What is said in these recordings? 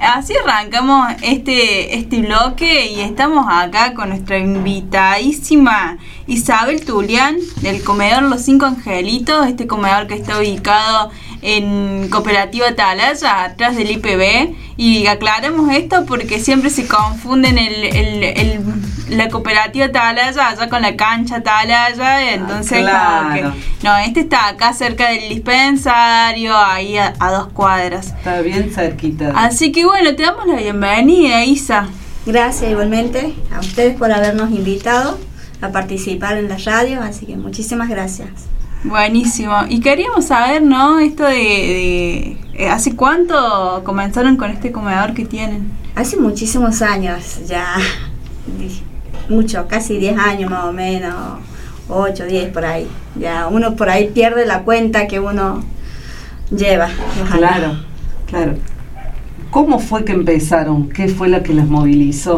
así arrancamos este bloque y estamos acá con nuestra invitadísima Isabel Tulián del comedor Los Cinco Angelitos, este comedor que está ubicado en Cooperativa Atalaya, atrás del IPB. Y aclaramos esto porque siempre se confunden la Cooperativa Atalaya allá con la cancha Atalaya, entonces claro. Como que, no, este está acá cerca del dispensario, ahí a 2 cuadras. Está bien cerquita. Así que bueno, te damos la bienvenida, Isa. Gracias igualmente a ustedes por habernos invitado a participar en la radio, así que muchísimas gracias. Buenísimo. Y queríamos saber, ¿no? Esto de ¿hace cuánto comenzaron con este comedor que tienen? Hace muchísimos años, ya mucho, casi 10 años más o menos, 8, 10 por ahí. Ya uno por ahí pierde la cuenta que uno lleva. Claro, claro. ¿Cómo fue que empezaron? ¿Qué fue lo que las movilizó?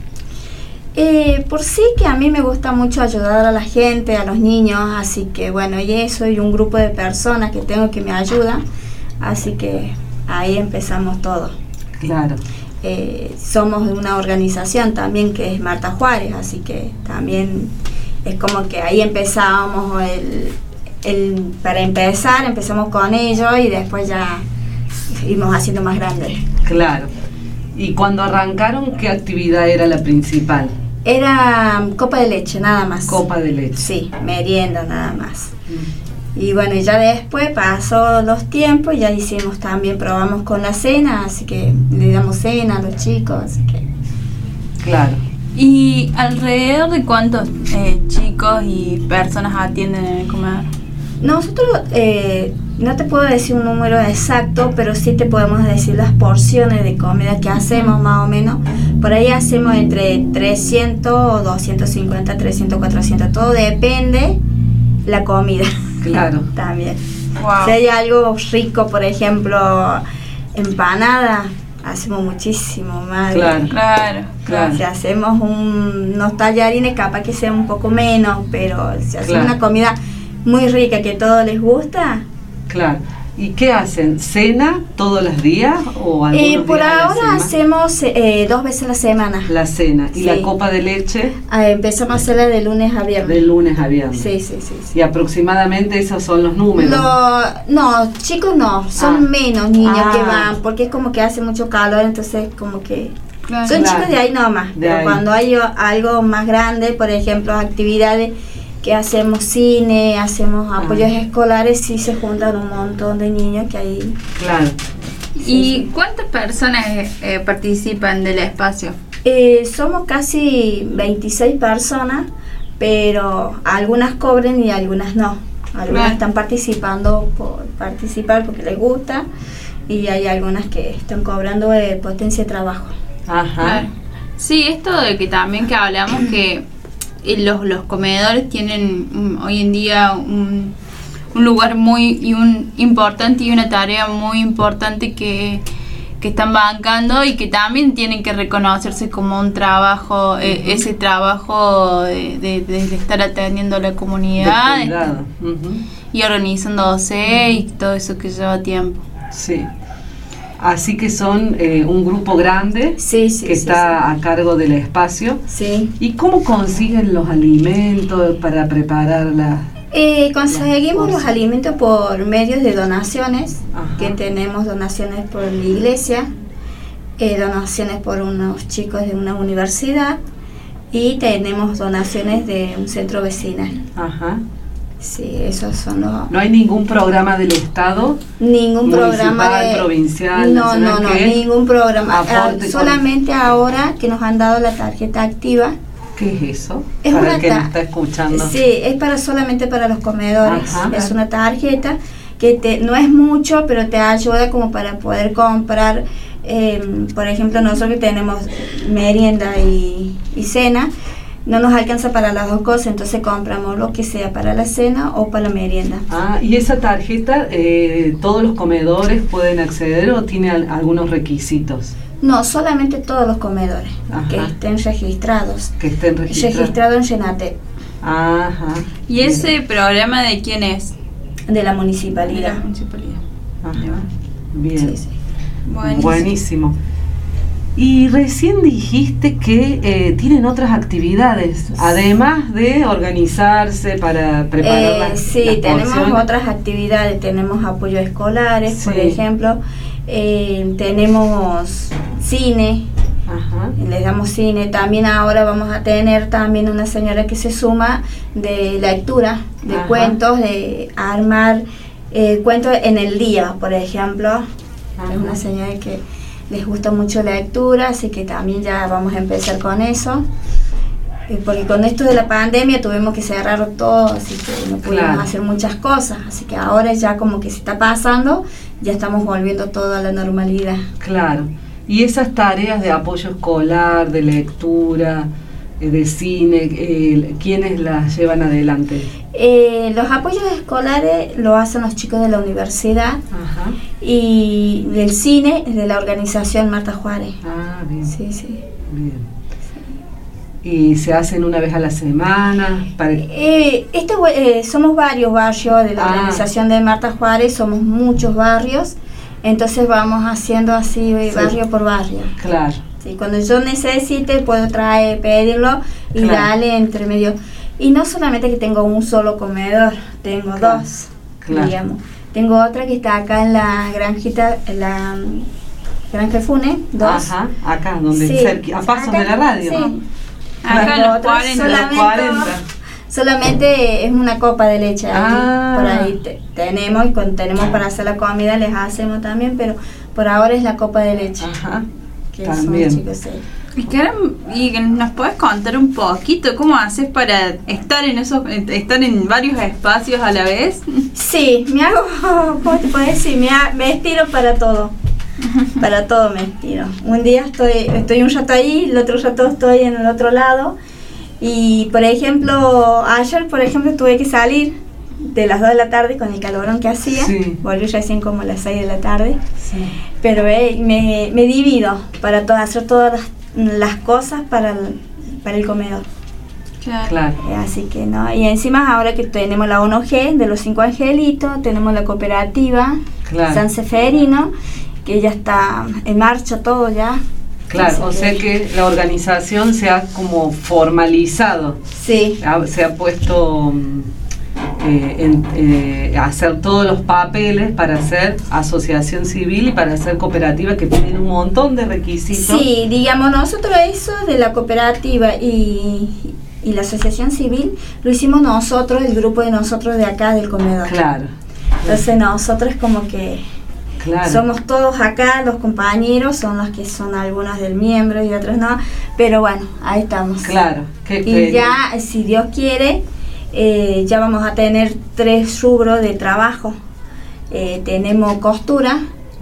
Por sí que a mí me gusta mucho ayudar a la gente, a los niños, así que bueno, y eso, y un grupo de personas que tengo que me ayudan, así que ahí empezamos todo. Claro. Somos de una organización también que es Marta Juárez, así que también es como que ahí empezamos para empezar, empezamos con ellos y después ya íbamos haciendo más grandes. Claro. ¿Y cuando arrancaron, qué actividad era la principal? Era copa de leche, nada más. Copa de leche. Sí, merienda nada más. Y bueno, ya después pasó los tiempos, ya hicimos también, probamos con la cena, así que le damos cena a los chicos, así que... Claro. ¿Y alrededor de cuántos chicos y personas atienden en el comedor? Nosotros, no te puedo decir un número exacto, pero sí te podemos decir las porciones de comida que hacemos más o menos. Por ahí hacemos entre 300, 250, 300, 400, todo depende la comida. Claro. También. Wow. Si hay algo rico, por ejemplo, empanada, hacemos muchísimo más. Claro. Si hacemos unos tallarines, capaz que sea un poco menos, pero si hacemos una comida muy rica que a todos les gusta. Claro. ¿Y qué hacen? ¿Cena todos los días o algunos por días ahora hacemos 2 veces a la semana. La cena. ¿Y sí. la copa de leche? Empezamos a hacerla de lunes a viernes. De lunes a viernes. Sí. ¿Y aproximadamente esos son los números? No, chicos no, son menos niños que van, porque es como que hace mucho calor, entonces como que... Son chicos de ahí nomás, pero cuando hay algo más grande, por ejemplo, actividades que hacemos cine, hacemos apoyos escolares, sí se juntan un montón de niños que ahí... Claro. ¿Y cuántas personas participan del espacio? Somos casi 26 personas, pero algunas cobran y algunas no. Algunas están participando por participar porque les gusta y hay algunas que están cobrando potencia de trabajo. Ajá. Claro. Sí, esto de que también que hablamos que los comedores tienen hoy en día un lugar muy importante y una tarea muy importante que están bancando y que también tienen que reconocerse como un trabajo, ese trabajo de estar atendiendo a la comunidad y organizándose y todo eso que lleva tiempo. Sí. Así que son un grupo grande que está a cargo del espacio. Sí. ¿Y cómo consiguen los alimentos para prepararla? Conseguimos los alimentos por medios de donaciones, que tenemos donaciones por la iglesia, donaciones por unos chicos de una universidad y tenemos donaciones de un centro vecinal. Ajá. Sí, esos son los... ¿No hay ningún programa del Estado? Ningún programa provincial, no, ningún programa. Solamente ahora que nos han dado la tarjeta activa. ¿Qué es eso? Es para el que nos está escuchando. Sí, es solamente para los comedores. Ajá. Es una tarjeta que no es mucho, pero te ayuda como para poder comprar. Por ejemplo, nosotros que tenemos merienda y cena, no nos alcanza para las dos cosas, entonces compramos lo que sea para la cena o para la merienda. ¿Y esa tarjeta todos los comedores pueden acceder o tiene algunos requisitos? No, solamente todos los comedores que estén registrados. Registrados en Genate. Ajá. ¿Y ese programa de quién es? De la municipalidad. Ajá. Bien. Sí. Buenísimo. Y recién dijiste que tienen otras actividades, además de organizarse para preparar las tenemos porciones. otras actividades, tenemos apoyos escolares, por ejemplo, tenemos cine. Ajá. Les damos cine. También ahora vamos a tener también una señora que se suma de lectura, de cuentos, de armar cuentos en el día, por ejemplo. Ajá. Es una señora que les gusta mucho la lectura, así que también ya vamos a empezar con eso. Porque con esto de la pandemia tuvimos que cerrar todo, así que no pudimos hacer muchas cosas. Así que ahora ya como que se está pasando, ya estamos volviendo todo a la normalidad. Claro. Y esas tareas de apoyo escolar, de lectura, de cine, ¿quiénes las llevan adelante? Los apoyos escolares lo hacen los chicos de la universidad. Ajá. Y del cine es de la organización Marta Juárez. Ah, bien. Sí. Bien. ¿Y se hacen una vez a la semana? Somos varios barrios de la organización de Marta Juárez, somos muchos barrios. Entonces vamos haciendo así barrio por barrio. Claro. Sí, cuando yo necesite puedo pedirlo y darle entre medio. Y no solamente que tengo un solo comedor, tengo dos, digamos. Tengo otra que está acá en la granjita, en la Granja Fune, dos. Ajá, acá, donde a pasos de la radio. Sí. Acá en los 40. Solamente es una copa de leche por ahí tenemos, y cuando tenemos para hacer la comida les hacemos también, pero por ahora es la copa de leche. Ajá. Que también. Son chicos, ¿Y nos puedes contar un poquito cómo haces para estar en varios espacios a la vez? Sí, ¿cómo te puedo decir? Me estiro para todo. Para todo me estiro. Un día estoy un rato ahí, el otro rato estoy en el otro lado. Y por ejemplo, ayer tuve que salir de las 2 de la tarde con el calorón que hacía. Volví recién como a las 6 de la tarde. Pero me divido para hacer todas las cosas para el comedor. Claro. Así que no. Y encima ahora que tenemos la ONG de los 5 angelitos, tenemos la cooperativa San Seferino, que ya está en marcha todo ya. Claro, o sea que la organización se ha como formalizado. Sí. Se ha puesto a hacer todos los papeles para ser asociación civil y para ser cooperativa, que tienen un montón de requisitos. Sí, digamos, nosotros eso de la cooperativa y la asociación civil lo hicimos nosotros, el grupo de nosotros de acá del comedor. Claro. Entonces nosotros como que somos todos acá, los compañeros son los que son algunos del miembro y otros no, pero bueno, ahí estamos. Claro. Y ya, si Dios quiere, ya vamos a tener 3 rubros de trabajo. Tenemos costura,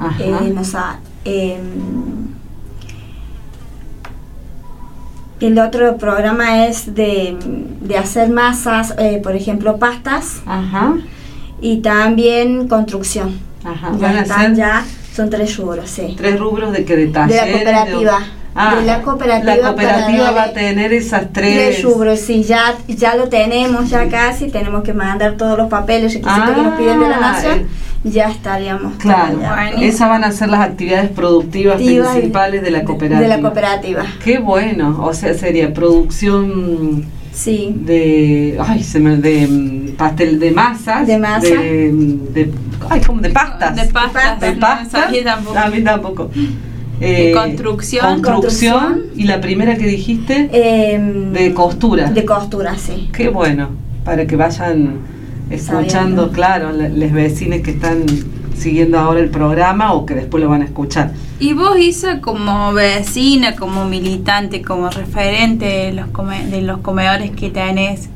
el otro programa es de hacer masas, por ejemplo, pastas. Ajá. Y también construcción. Ajá. Ya son 3 rubros, sí. 3 rubros de talleres. De la cooperativa. De la cooperativa. La cooperativa va a tener esas 3 rubros, sí, ya lo tenemos, ya casi. Tenemos que mandar todos los papeles, requisitos que nos piden de la nación. Ya estaríamos. Claro, esas van a ser las actividades productivas principales de la cooperativa. De la cooperativa. Qué bueno, o sea, sería producción de pastel, de masas, como de pastas. De pastas. No, a mí tampoco. Construcción. Y la primera que dijiste, de costura. De costura, sí. Qué bueno, para que vayan escuchando, claro, los vecinos que están siguiendo ahora el programa o que después lo van a escuchar. Y vos, Isa, como vecina, como militante, como referente de los comedores que tenés,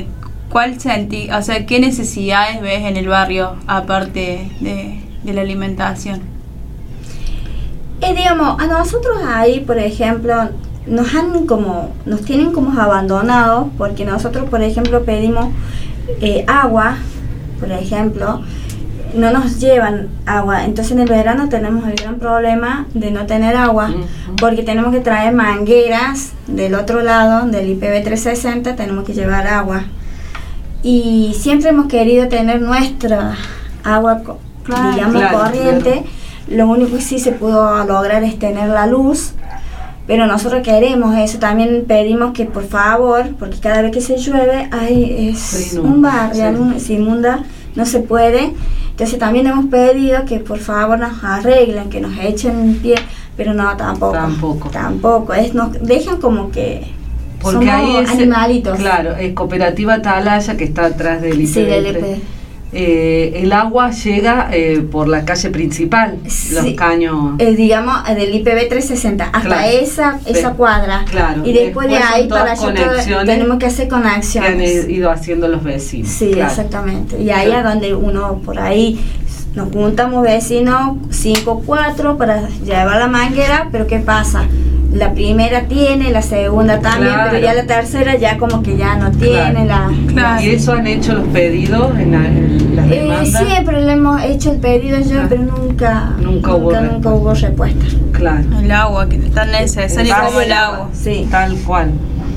¿qué necesidades ves en el barrio aparte de la alimentación? Digamos, a nosotros ahí, por ejemplo, nos tienen como abandonados, porque nosotros, por ejemplo, pedimos agua, por ejemplo, no nos llevan agua. Entonces en el verano tenemos el gran problema de no tener agua, porque tenemos que traer mangueras del otro lado, del IPB 360, tenemos que llevar agua. Y siempre hemos querido tener nuestra agua, corriente. Lo único que sí se pudo lograr es tener la luz, pero nosotros queremos eso, también pedimos que por favor, porque cada vez que se llueve es un barrio, se inunda, no se puede, entonces también hemos pedido que por favor nos arreglen, que nos echen pie, pero no, tampoco, nos dejan como que porque somos ahí animalitos. Claro, es Cooperativa Atalaya, que está atrás del IPD. Sí, del IPD. El agua llega por la calle principal, los caños. Digamos, del IPB 360 hasta esa cuadra. Claro. Y después de ahí para allá tenemos que hacer conexiones. Que han ido haciendo los vecinos. Sí, exactamente. Y ahí es donde uno por ahí nos juntamos vecinos 5 o 4 para llevar la manguera, pero ¿qué pasa? La primera tiene, la segunda también, pero ya la tercera ya como que ya no tiene ¿Y eso han hecho los pedidos en las demandas? Siempre le hemos hecho el pedido pero nunca hubo respuesta. Claro. El agua, que es tan necesario como el agua. Sí. Tal cual.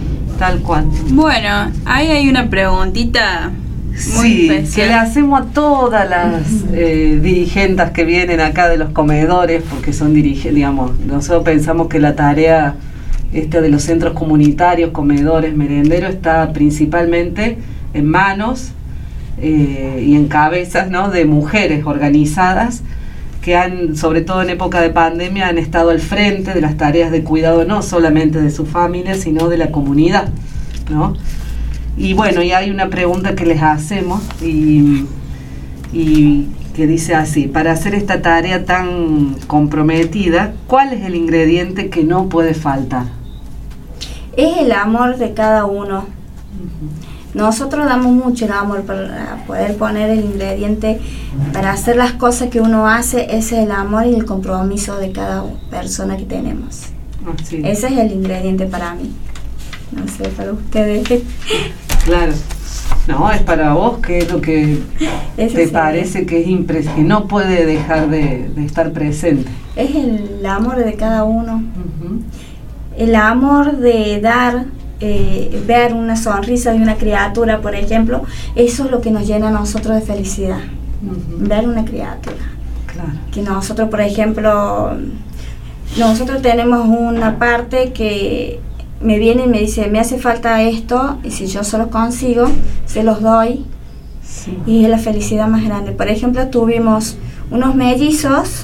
Bueno, ahí hay una preguntita muy especial que le hacemos a todas las dirigentes que vienen acá de los comedores, porque son dirigentes, digamos, nosotros pensamos que la tarea de los centros comunitarios, comedores, merenderos, está principalmente en manos y en cabezas, ¿no?, de mujeres organizadas que han, sobre todo en época de pandemia, han estado al frente de las tareas de cuidado no solamente de su familia, sino de la comunidad, ¿no? Y bueno, y hay una pregunta que les hacemos y que dice así: para hacer esta tarea tan comprometida, ¿cuál es el ingrediente que no puede faltar? Es el amor de cada uno. Nosotros damos mucho el amor para poder poner el ingrediente, para hacer las cosas que uno hace, ese es el amor y el compromiso de cada persona que tenemos. Sí. Ese es el ingrediente para mí. No sé, para ustedes. Claro. No, es para vos, que es lo que te parece que es que no puede dejar de estar presente. Es el amor de cada uno. El amor de dar, ver una sonrisa de una criatura, por ejemplo, eso es lo que nos llena a nosotros de felicidad. Ver una criatura. Claro. Que nosotros, por ejemplo, nosotros tenemos una parte que me viene y me dice, me hace falta esto, y si yo se los consigo, se los doy. Sí. Y es la felicidad más grande. Por ejemplo, tuvimos unos mellizos,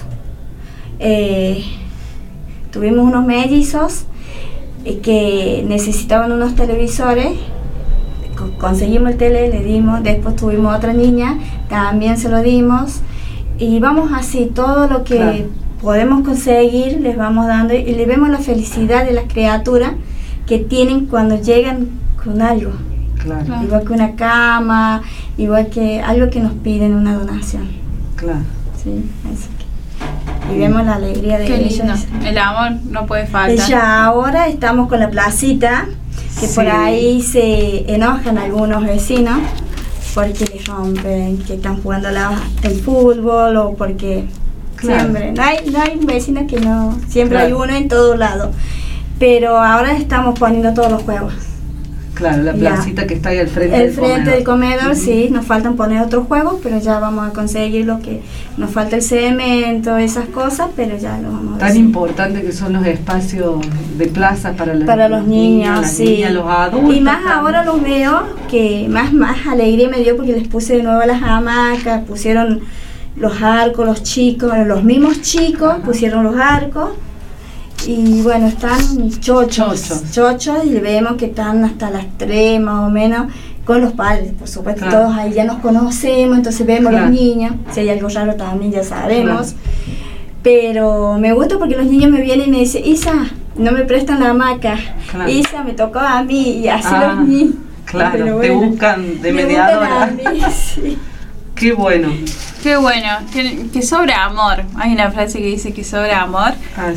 que necesitaban unos televisores, conseguimos el tele, le dimos, después tuvimos otra niña, también se lo dimos, y vamos así, todo lo que podemos conseguir, les vamos dando, y le vemos la felicidad de las criaturas que tienen cuando llegan con algo. Claro. Igual que una cama, igual que algo que nos piden, una donación. Claro. Sí, eso. Y vemos la alegría de ellos. El amor no puede faltar. Ya ahora estamos con la placita, que por ahí se enojan algunos vecinos porque les rompen, que están jugando el fútbol, o porque siempre, no hay vecinos que no, siempre hay uno en todo lado. Pero ahora estamos poniendo todos los juegos. Claro, la placita que está ahí al frente del comedor. Sí, nos faltan poner otros juegos, pero ya vamos a conseguir lo que nos falta, el cemento, esas cosas, pero ya lo vamos a Tan importante que son los espacios de plaza para los niños, las niñas, los adultos. Y más ahora los veo que más alegría me dio porque les puse de nuevo las hamacas, pusieron los arcos, los chicos, los mismos chicos pusieron los arcos. Y bueno, están chochos, y vemos que están hasta las 3 más o menos, con los padres, por supuesto, todos ahí ya nos conocemos, entonces vemos los niños, si hay algo raro también ya sabemos, pero me gusta porque los niños me vienen y me dicen, Isa, no me prestan la hamaca, Isa, me tocó a mí, y así los niños. Claro, bueno, te buscan de mediadora. Sí. Qué bueno. Qué bueno, que sobra amor. Hay una frase que dice que sobra amor.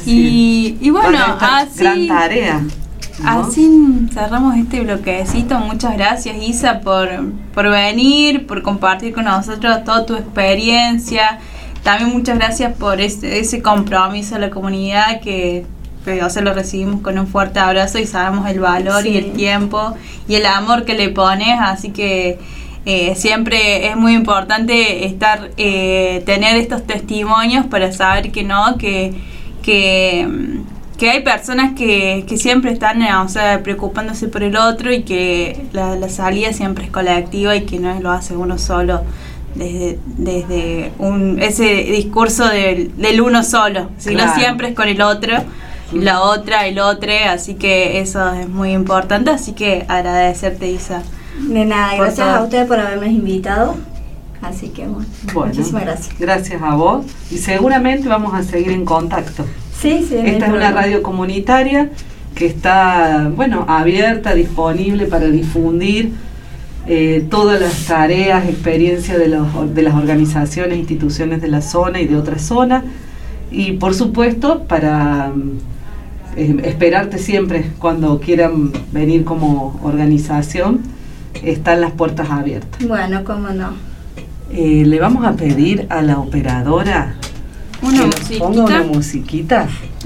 Y bueno, así. Gran tarea, ¿no? Así cerramos este bloquecito. Muchas gracias, Isa, por venir, por compartir con nosotros toda tu experiencia. También muchas gracias por ese compromiso a la comunidad que lo recibimos con un fuerte abrazo y sabemos el valor y el tiempo y el amor que le pones. Así que siempre es muy importante tener estos testimonios para saber que que hay personas que siempre están, o sea, preocupándose por el otro, y que la salida siempre es colectiva y que no lo hace uno solo desde ese discurso del uno solo, sino siempre es con el otro, la otra, el otro, así que eso es muy importante, así que agradecerte, Isa. De nada, gracias a ustedes por haberme invitado. Así que bueno, muchísimas gracias. Gracias a vos, y seguramente vamos a seguir en contacto. Sí, Esta es una radio comunitaria que está, abierta, disponible para difundir todas las tareas, experiencias de las organizaciones, instituciones de la zona y de otras zonas, y por supuesto para esperarte siempre cuando quieran venir como organización, están las puertas abiertas. Bueno, cómo no. Le vamos a pedir a la operadora una que nos ponga una musiquita.